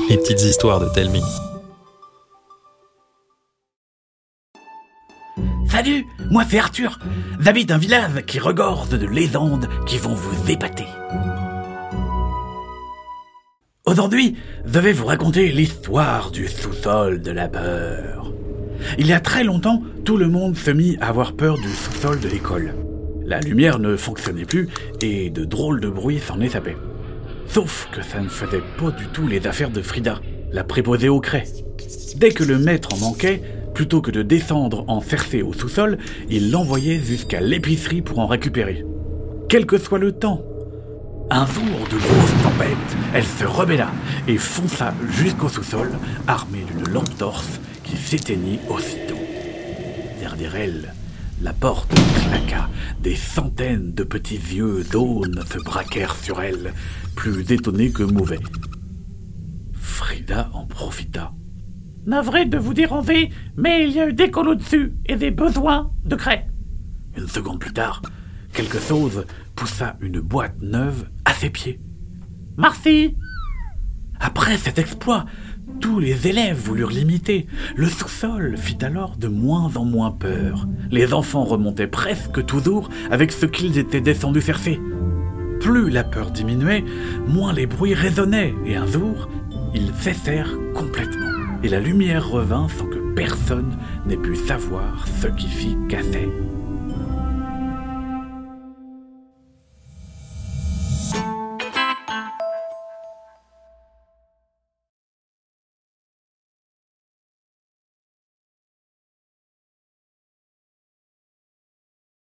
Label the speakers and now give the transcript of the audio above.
Speaker 1: Les petites histoires de Telmi.
Speaker 2: Salut, moi c'est Arthur. J'habite un village qui regorge de légendes qui vont vous épater. Aujourd'hui, je vais vous raconter l'histoire du sous-sol de la peur. Il y a très longtemps, tout le monde se mit à avoir peur du sous-sol de l'école. La lumière ne fonctionnait plus et de drôles de bruits s'en échappaient. Sauf que ça ne faisait pas du tout les affaires de Frida, la préposée au craie. Dès que le maître en manquait, plutôt que de descendre en cercer au sous-sol, il l'envoyait jusqu'à l'épicerie pour en récupérer. Quel que soit le temps. Un jour de grosse tempête, elle se rebella et fonça jusqu'au sous-sol, armée d'une lampe torche qui s'éteignit aussitôt. Derrière elle, la porte claqua, des centaines de petits yeux d'âne se braquèrent sur elle, plus étonnés que mauvais. Frida en profita. « Navré de vous déranger, mais il y a eu des cols au-dessus et des besoins de craie. » Une seconde plus tard, quelque chose poussa une boîte neuve à ses pieds. « Merci !» Après cet exploit, tous les élèves voulurent l'imiter. Le sous-sol fit alors de moins en moins peur. Les enfants remontaient presque toujours avec ce qu'ils étaient descendus chercher. Plus la peur diminuait, moins les bruits résonnaient, et un jour, ils cessèrent complètement. Et la lumière revint sans que personne n'ait pu savoir ce qui s'y cassait.